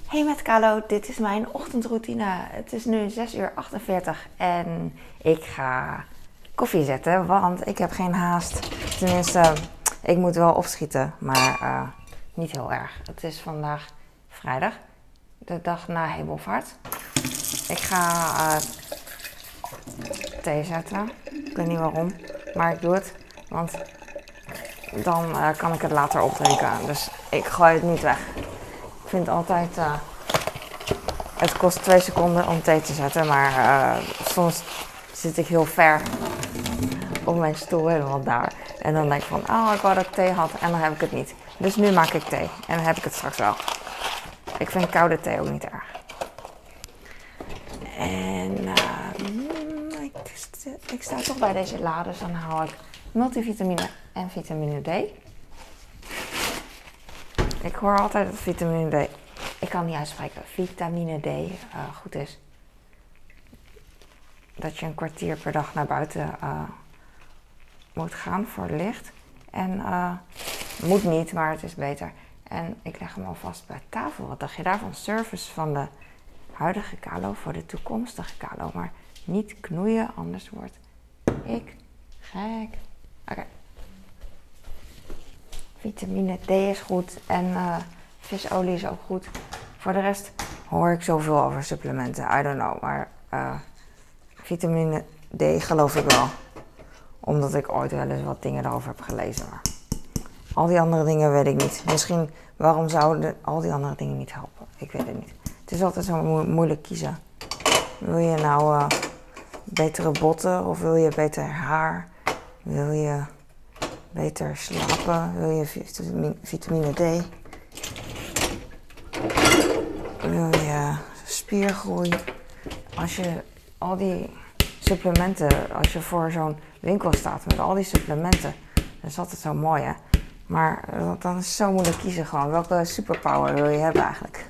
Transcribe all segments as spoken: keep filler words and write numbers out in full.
Hey met Kalo, dit is mijn ochtendroutine. Het is nu zes uur achtenveertig en ik ga koffie zetten, want ik heb geen haast. Tenminste, ik moet wel opschieten, maar uh, niet heel erg. Het is vandaag vrijdag, de dag na Hemelvaart. Ik ga uh, thee zetten. Ik weet niet waarom, maar ik doe het, want dan uh, kan ik het later opdrinken. Dus ik gooi het niet weg. Ik vind altijd, uh, het kost twee seconden om thee te zetten, maar uh, soms zit ik heel ver op mijn stoel, helemaal daar. En dan denk ik van, oh, ik wou dat ik thee had en dan heb ik het niet. Dus nu maak ik thee en dan heb ik het straks wel. Ik vind koude thee ook niet erg. En uh, ik, ik sta toch bij deze la, dus dan haal ik multivitamine en vitamine D. Ik hoor altijd dat vitamine D, ik kan niet uitspreken, vitamine D uh, goed is. Dat je een kwartier per dag naar buiten uh, moet gaan voor licht. En uh, moet niet, maar het is beter. En ik leg hem alvast bij tafel. Wat dacht je daarvan? Service van de huidige Kalo voor de toekomstige Kalo. Maar niet knoeien, anders word ik gek. Oké. Okay. Vitamine D is goed en uh, visolie is ook goed. Voor de rest hoor ik zoveel over supplementen. I don't know, maar uh, vitamine D geloof ik wel. Omdat ik ooit wel eens wat dingen erover heb gelezen. Maar al die andere dingen weet ik niet. Misschien, waarom zouden al die andere dingen niet helpen? Ik weet het niet. Het is altijd zo mo- moeilijk kiezen. Wil je nou uh, betere botten of wil je beter haar? Wil je beter slapen? Wil je vitamine, vitamine D? Wil je spiergroei? Als je al die supplementen, als je voor zo'n winkel staat met al die supplementen, dat is altijd zo mooi, hè? Maar dan is het zo moeilijk kiezen gewoon. Welke superpower wil je hebben eigenlijk?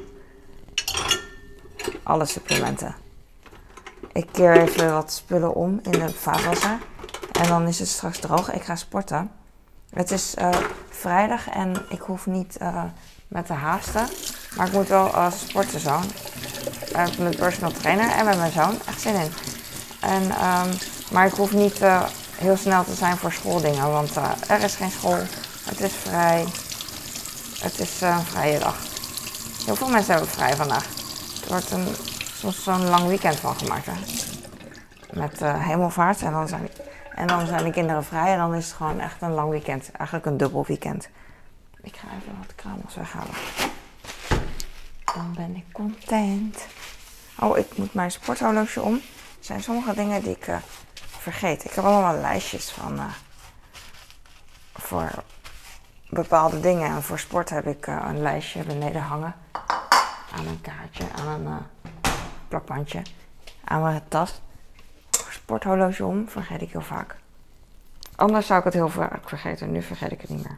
Alle supplementen. Ik keer even wat spullen om in de vaatwasser. En dan is het straks droog. Ik ga sporten. Het is uh, vrijdag en ik hoef niet uh, met te haasten. Maar ik moet wel uh, sporten zo. Uh, met mijn personal trainer en met mijn zoon. Echt zin in. En, um, maar ik hoef niet uh, heel snel te zijn voor schooldingen. Want uh, er is geen school. Het is vrij. Het is uh, een vrije dag. Heel veel mensen hebben vrij vandaag. Er wordt een, soms zo'n lang weekend van gemaakt. Hè? Met uh, Hemelvaart. En dan, zijn, en dan zijn de kinderen vrij. En dan is het gewoon echt een lang weekend. Eigenlijk een dubbel weekend. Ik ga even wat kramels weghalen. Dan ben ik content. Oh, ik moet mijn sporthorloge om. Er zijn sommige dingen die ik uh, vergeet. Ik heb allemaal lijstjes van uh, voor bepaalde dingen. En voor sport heb ik uh, een lijstje beneden hangen. Aan een kaartje, aan een uh, plakbandje. Aan mijn tas. Sporthorloge om, vergeet ik heel vaak. Anders zou ik het heel vaak vergeten. Nu vergeet ik het niet meer.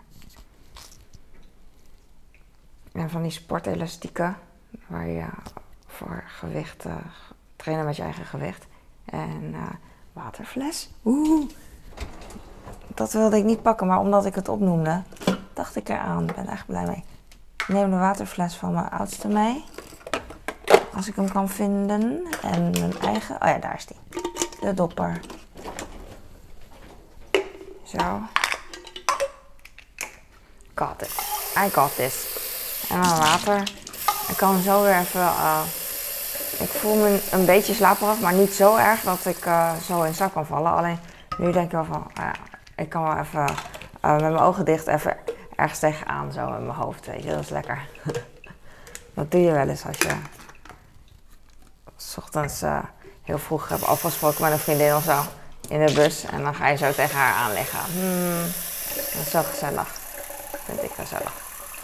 En van die sportelastieken. Waar je voor gewicht, uh, trainen met je eigen gewicht. En uh, waterfles. Oeh. Dat wilde ik niet pakken, maar omdat ik het opnoemde, dacht ik eraan. Ik ben echt blij mee. Ik neem de waterfles van mijn oudste mee. Als ik hem kan vinden. En mijn eigen. Oh ja, daar is die. De dopper. Zo. Got it. I got this. En dan water. Ik kan zo weer even. Uh, ik voel me een beetje slaperig, maar niet zo erg dat ik uh, zo in zak kan vallen. Alleen nu denk ik wel van. Uh, ik kan wel even uh, met mijn ogen dicht even ergens tegenaan, zo in mijn hoofd. Weet je, dat is lekker. Dat doe je wel eens als je 's ochtends uh, heel vroeg hebt afgesproken met een vriendin of zo in de bus. En dan ga je zo tegen haar aan liggen. Hmm, dat is zo gezellig. Vind ik gezellig.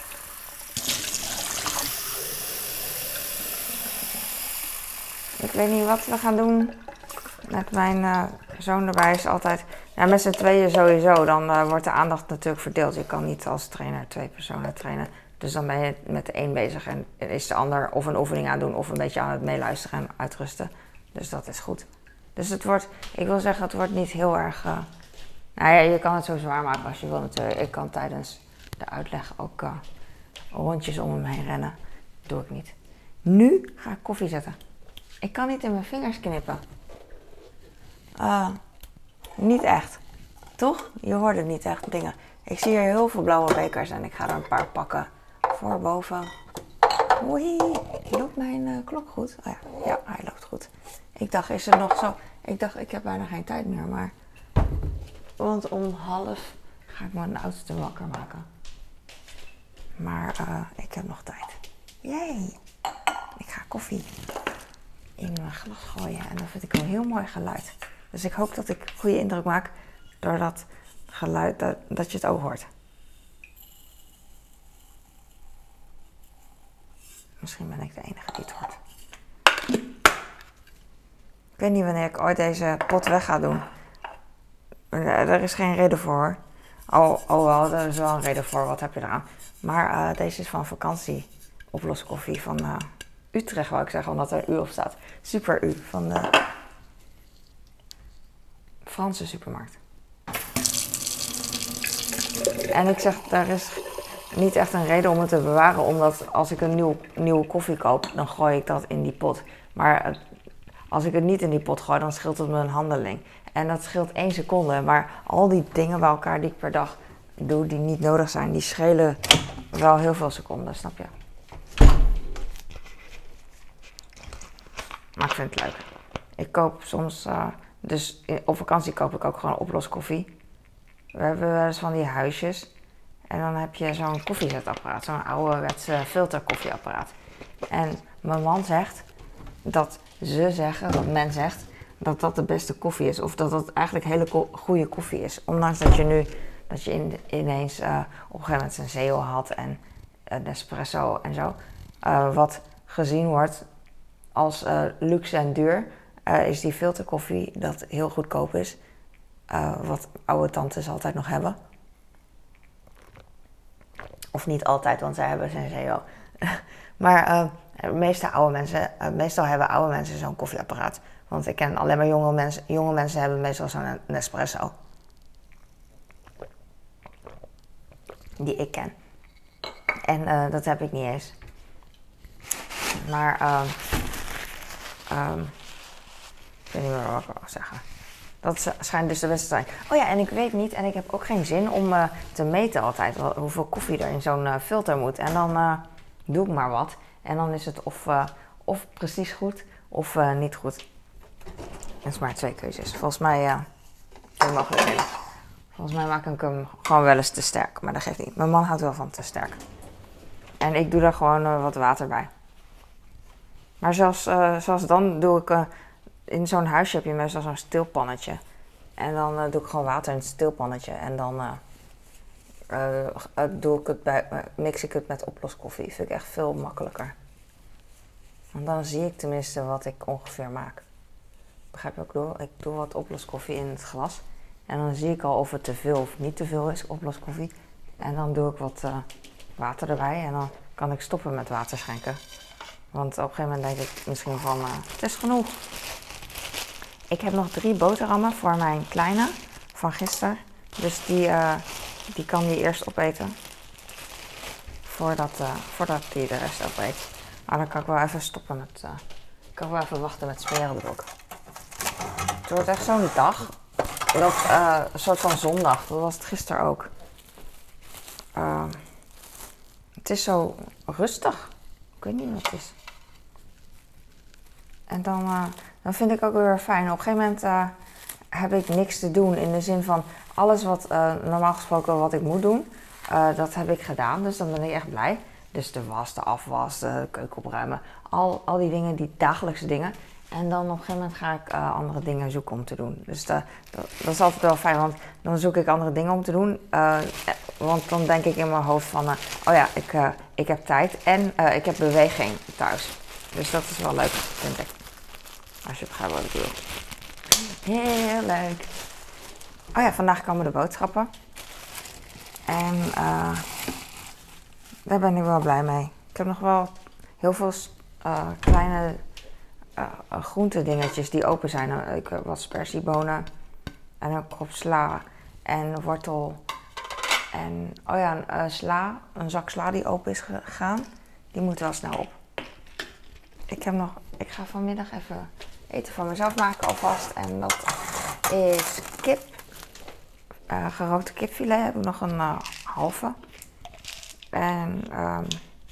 Ik weet niet wat we gaan doen. Met mijn uh, zoon erbij is altijd. Ja, met z'n tweeën sowieso. Dan uh, wordt de aandacht natuurlijk verdeeld. Je kan niet als trainer twee personen trainen. Dus dan ben je met de een bezig en is de ander of een oefening aan doen of een beetje aan het meeluisteren en uitrusten. Dus dat is goed. Dus het wordt, ik wil zeggen, het wordt niet heel erg. Uh, nou ja, je kan het zo zwaar maken als je wil natuurlijk. Ik kan tijdens de uitleg ook uh, rondjes om hem heen rennen. doe ik niet. Nu ga ik koffie zetten. Ik kan niet in mijn vingers knippen. Uh, niet echt. Toch? Je hoort het niet echt, dingen. Ik zie hier heel veel blauwe bekers en ik ga er een paar pakken voor boven. Oei, loopt mijn uh, klok goed? Oh ja, ja, hij loopt goed. Ik dacht, is het nog zo? Ik dacht, ik heb bijna geen tijd meer, maar... Want om half ga ik mijn oudste wakker maken. Maar uh, ik heb nog tijd. Yay! Ik ga koffie in mijn glas gooien en dat vind ik een heel mooi geluid. Dus ik hoop dat ik goede indruk maak door dat geluid, dat, dat je het ook hoort. Misschien ben ik de enige die het hoort. Ik weet niet wanneer ik ooit deze pot weg ga doen. Er is geen reden voor. Oh, oh wel, er is wel een reden voor. Wat heb je eraan? Maar uh, deze is van vakantie. Oploskoffie van uh, Utrecht, wou ik zeggen, omdat er U op staat. Super U van de Franse supermarkt. En ik zeg, daar is niet echt een reden om het te bewaren. Omdat als ik een nieuw, nieuwe koffie koop, dan gooi ik dat in die pot. Maar uh, als ik het niet in die pot gooi, dan scheelt het me een handeling. En dat scheelt één seconde. Maar al die dingen bij elkaar die ik per dag doe, die niet nodig zijn, die schelen wel heel veel seconden, snap je? Maar ik vind het leuk. Ik koop soms, uh, dus op vakantie koop ik ook gewoon oploskoffie. We hebben wel eens van die huisjes. En dan heb je zo'n koffiezetapparaat, zo'n ouderwetse filterkoffieapparaat. En mijn man zegt dat ze zeggen, dat men zegt, dat dat de beste koffie is. Of dat dat eigenlijk hele ko- goede koffie is. Ondanks dat je nu, dat je in, ineens uh, op een gegeven moment een Zeo had en een espresso en zo. Uh, wat gezien wordt als uh, luxe en duur, uh, is die filterkoffie dat heel goedkoop is. Uh, wat oude tantes altijd nog hebben. Of niet altijd, want zij hebben Senseo. Maar uh, de meeste oude mensen, uh, meestal hebben oude mensen zo'n koffieapparaat. Want ik ken alleen maar jonge mensen. Jonge mensen hebben meestal zo'n Nespresso. Die ik ken. En uh, dat heb ik niet eens. Maar, uh, um, ik weet niet meer wat ik wil zeggen. Dat schijnt dus de beste te zijn. Oh ja, en ik weet niet, en ik heb ook geen zin om uh, te meten altijd wel, hoeveel koffie er in zo'n uh, filter moet. En dan uh, doe ik maar wat. En dan is het of, uh, of precies goed, of uh, niet goed. Dat is maar twee keuzes. Volgens mij, uh, twee mogelijkheden. Volgens mij maak ik hem gewoon wel eens te sterk, maar dat geeft niet. Mijn man houdt wel van te sterk. En ik doe er gewoon uh, wat water bij. Maar zelfs, uh, zelfs dan doe ik... Uh, in zo'n huisje heb je meestal zo'n stilpannetje. En dan uh, doe ik gewoon water in het stilpannetje. En dan uh, uh, uh, doe ik het bij, uh, mix ik het met oploskoffie. Vind ik echt veel makkelijker. Want dan zie ik tenminste wat ik ongeveer maak. Begrijp je wat ik doe? Ik doe wat oploskoffie in het glas. En dan zie ik al of het te veel of niet te veel is, oploskoffie. En dan doe ik wat uh, water erbij. En dan kan ik stoppen met water schenken. Want op een gegeven moment denk ik misschien van, uh, het is genoeg. Ik heb nog drie boterhammen voor mijn kleine van gisteren. Dus die, uh, die kan die eerst opeten. Voordat, uh, voordat die de rest opeet. Maar dan kan ik wel even stoppen met... Uh, ik kan wel even wachten met smerenbrok. Het wordt echt zo'n dag. Dat, uh, een soort van zondag. Dat was het gisteren ook. Uh, het is zo rustig. Ik weet niet wat het is. En dan, uh, dan vind ik ook weer fijn. Op een gegeven moment uh, heb ik niks te doen. In de zin van alles wat uh, normaal gesproken wat ik moet doen. Uh, dat heb ik gedaan. Dus dan ben ik echt blij. Dus de was, de afwas, de keuken opruimen. Al, al die dingen, die dagelijkse dingen. En dan op een gegeven moment ga ik uh, andere dingen zoeken om te doen. Dus de, dat, dat is altijd wel fijn. Want dan zoek ik andere dingen om te doen. Uh, want dan denk ik in mijn hoofd van... Uh, oh ja, ik, uh, ik heb tijd. En uh, ik heb beweging thuis. Dus dat is wel leuk, vind ik. Als je begrijpt wat ik bedoel. Heel leuk. Oh ja, vandaag komen de boodschappen. En uh, daar ben ik wel blij mee. Ik heb nog wel heel veel uh, kleine uh, groentedingetjes die open zijn. Uh, ik heb wat spersiebonen. En een krop sla. En wortel. En, oh ja, een, uh, sla. Een zak sla die open is gegaan. Die moet wel snel op. ik heb nog, ik ga vanmiddag even eten voor mezelf maken alvast. En dat is kip. Uh, gerookte kipfilet heb ik nog een uh, halve. En um,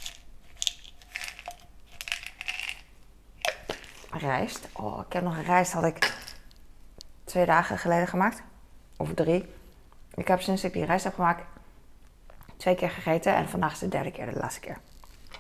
rijst. Oh, ik heb nog een rijst had ik twee dagen geleden gemaakt. Of drie. Ik heb sinds ik die rijst heb gemaakt twee keer gegeten. En vandaag is de derde keer, de laatste keer.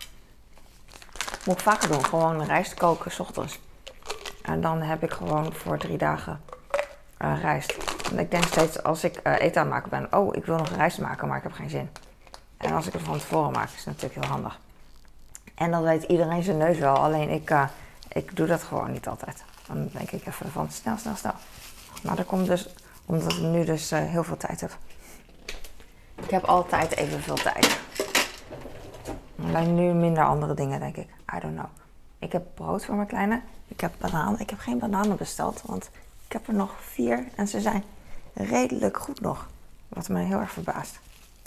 Moet ik vaker doen. Gewoon rijst koken 's ochtends. En dan heb ik gewoon voor drie dagen uh, rijst. En ik denk steeds als ik uh, eten aan het maken ben. Oh, ik wil nog rijst maken, maar ik heb geen zin. En als ik het van tevoren maak, is het natuurlijk heel handig. En dan weet iedereen zijn neus wel. Alleen ik, uh, ik doe dat gewoon niet altijd. Dan denk ik even van snel, snel, snel. Maar dat komt dus omdat ik nu dus uh, heel veel tijd heb. Ik heb altijd evenveel tijd. Alleen nu minder andere dingen, denk ik. I don't know. Ik heb brood voor mijn kleine. Ik heb bananen. Ik heb geen bananen besteld, want ik heb er nog vier. En ze zijn redelijk goed nog. Wat me heel erg verbaast.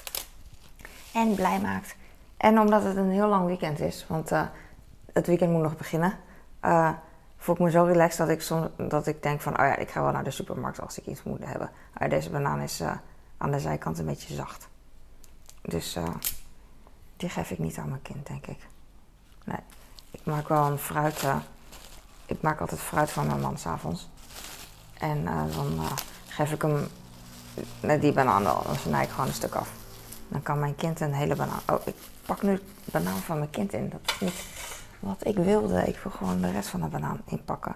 En blij maakt. En omdat het een heel lang weekend is, want uh, het weekend moet nog beginnen, uh, voel ik me zo relaxed dat ik, soms, dat ik denk van, oh ja, ik ga wel naar de supermarkt als ik iets moet hebben. Uh, deze banaan is uh, aan de zijkant een beetje zacht. Dus uh, die geef ik niet aan mijn kind, denk ik. Nee, ik maak wel een fruit. Uh, ik maak altijd fruit van mijn man 's avonds. En uh, dan uh, geef ik hem uh, die banaan wel. Dan snij ik gewoon een stuk af. Dan kan mijn kind een hele banaan... Oh, ik pak nu de banaan van mijn kind in. Dat is niet wat ik wilde. Ik wil gewoon de rest van de banaan inpakken.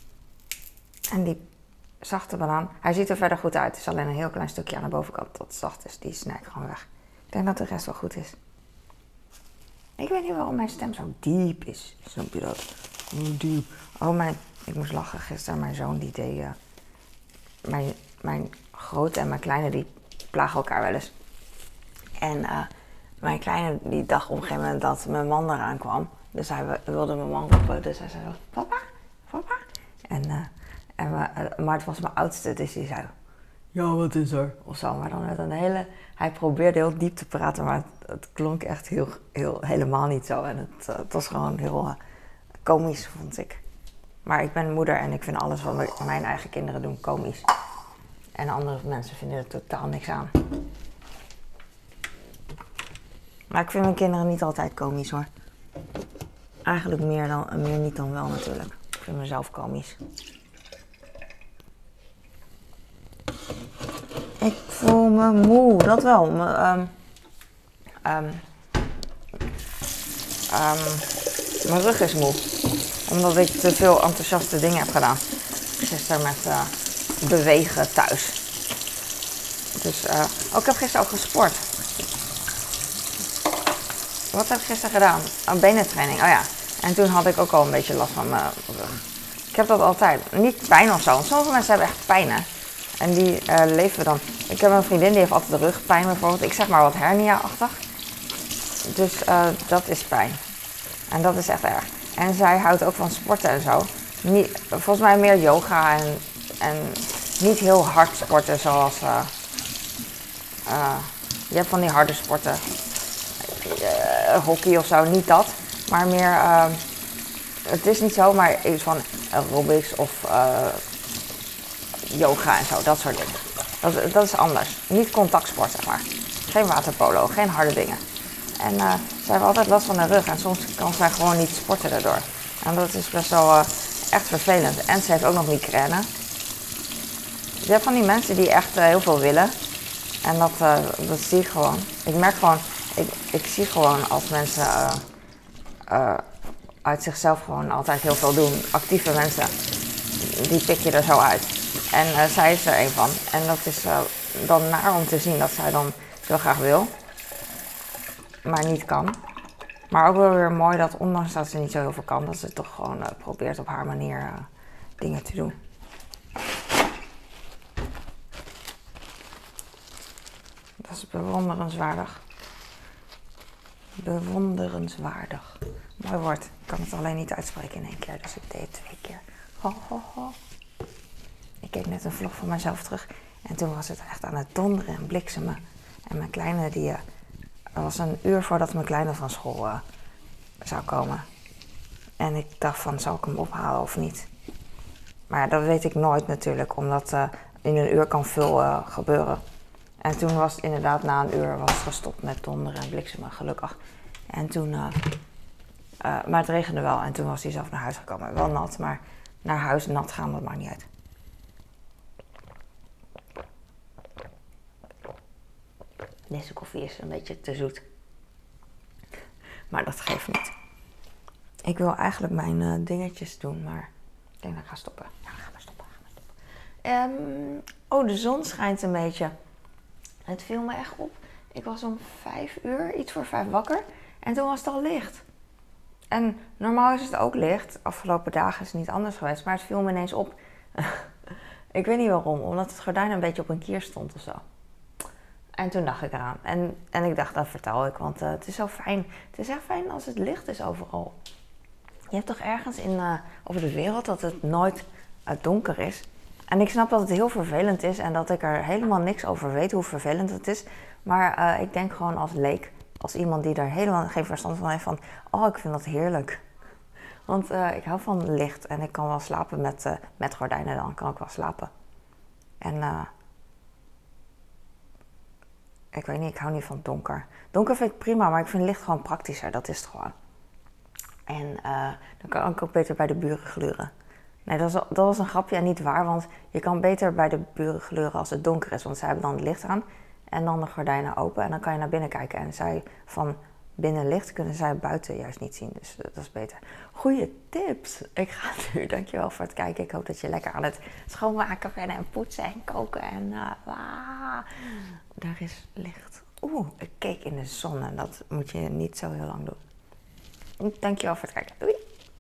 En die zachte banaan... Hij ziet er verder goed uit. Het is alleen een heel klein stukje aan de bovenkant dat zacht is. Die snij ik gewoon weg. Ik denk dat de rest wel goed is. Ik weet niet waarom mijn stem zo diep is. Snap je dat? Diep. Oh, mijn... Ik moest lachen gisteren. Mijn zoon die deed... Uh, mijn, mijn grote en mijn kleine die plagen elkaar wel eens. En uh, mijn kleine die dacht op een gegeven moment dat mijn man eraan kwam. Dus hij wilde mijn man roepen. Dus hij zei zo, papa, papa. En, uh, en uh, maar het was mijn oudste, dus die zei, ja, wat is er? Of zo, maar dan met een hele... Hij probeerde heel diep te praten, maar het, het klonk echt heel, heel, helemaal niet zo. En het, uh, het was gewoon heel uh, komisch, vond ik. Maar ik ben moeder en ik vind alles wat mijn eigen kinderen doen komisch. En andere mensen vinden er totaal niks aan. Maar ik vind mijn kinderen niet altijd komisch, hoor. Eigenlijk meer, dan, meer niet dan wel, natuurlijk. Ik vind mezelf komisch. Ik voel me moe, dat wel. Me, um, um, um, mijn rug is moe. Omdat ik te veel enthousiaste dingen heb gedaan. Gisteren met uh, bewegen thuis. Dus, uh, oh, ik heb gisteren ook gesport. Wat heb ik gisteren gedaan? Een benentraining, oh ja. En toen had ik ook al een beetje last van mijn rug. Ik heb dat altijd. Niet pijn of zo. Want sommige mensen hebben echt pijn, hè. En die uh, leven dan. Ik heb een vriendin die heeft altijd de rugpijn bijvoorbeeld. Ik zeg maar wat hernia-achtig. Dus uh, dat is pijn. En dat is echt erg. En zij houdt ook van sporten en zo. Niet, volgens mij meer yoga en, en niet heel hard sporten zoals... Uh, uh, je hebt van die harde sporten. Uh, hockey of zo, niet dat. Maar meer... Uh, het is niet zo, maar iets van aerobics of... Uh, yoga en zo, dat soort dingen. Dat, dat is anders. Niet contactsport, zeg maar. Geen waterpolo, geen harde dingen. En uh, zij heeft altijd last van haar rug en soms kan zij gewoon niet sporten daardoor. En dat is best wel uh, echt vervelend. En ze heeft ook nog migraine. Je hebt van die mensen die echt uh, heel veel willen. En dat, uh, dat zie ik gewoon. Ik merk gewoon, ik, ik zie gewoon als mensen uh, uh, uit zichzelf gewoon altijd heel veel doen. Actieve mensen, die pik je er zo uit. En uh, zij is er een van. En dat is uh, dan naar om te zien dat zij dan zo graag wil. Maar niet kan. Maar ook wel weer mooi dat ondanks dat ze niet zo heel veel kan, dat ze toch gewoon uh, probeert op haar manier uh, dingen te doen. Dat is bewonderenswaardig. Bewonderenswaardig. Mooi woord. Ik kan het alleen niet uitspreken in één keer, dus ik deed het twee keer. Ho, ho, ho. Ik keek net een vlog van mezelf terug en toen was het echt aan het donderen en bliksemen. En mijn kleine, die, uh, het was een uur voordat mijn kleine van school uh, zou komen. En ik dacht van, zal ik hem ophalen of niet? Maar ja, dat weet ik nooit natuurlijk, omdat uh, in een uur kan veel uh, gebeuren. En toen was het inderdaad na een uur was het gestopt met donderen en bliksemen, gelukkig. En toen, uh, uh, maar het regende wel en toen was hij zelf naar huis gekomen. Wel nat, maar naar huis nat gaan, dat maakt niet uit. Deze koffie is een beetje te zoet. Maar dat geeft niet. Ik wil eigenlijk mijn uh, dingetjes doen, maar ik denk dat ik ga stoppen. Ja, ga maar stoppen, ga maar stoppen. Um, oh, de zon schijnt een beetje. Het viel me echt op. Ik was om vijf uur, iets voor vijf wakker. En toen was het al licht. En normaal is het ook licht. Afgelopen dagen is het niet anders geweest. Maar het viel me ineens op. Ik weet niet waarom. Omdat het gordijn een beetje op een kier stond of zo. En toen dacht ik eraan. En, en ik dacht, dat vertel ik. Want uh, het is zo fijn. Het is echt fijn als het licht is overal. Je hebt toch ergens in, uh, op de wereld dat het nooit uh, donker is. En ik snap dat het heel vervelend is. En dat ik er helemaal niks over weet hoe vervelend het is. Maar uh, ik denk gewoon als leek. Als iemand die er helemaal geen verstand van heeft. Van, oh, ik vind dat heerlijk. Want uh, ik hou van licht. En ik kan wel slapen met, uh, met gordijnen dan. Kan ik wel slapen. En... Uh, Ik weet niet, ik hou niet van donker. Donker vind ik prima, maar ik vind licht gewoon praktischer. Dat is het gewoon. En uh, dan kan ik ook beter bij de buren gluren. Nee, dat was, dat was een grapje en niet waar. Want je kan beter bij de buren gluren als het donker is. Want zij hebben dan het licht aan. En dan de gordijnen open. En dan kan je naar binnen kijken. En zij van binnen licht kunnen zij buiten juist niet zien. Dus dat is beter. Goeie tips. Ik ga nu. Dankjewel voor het kijken. Ik hoop dat je lekker aan het schoonmaken bent. En poetsen en koken. En uh, ah, daar is licht. Oeh, ik keek in de zon. En dat moet je niet zo heel lang doen. Dankjewel voor het kijken. Doei.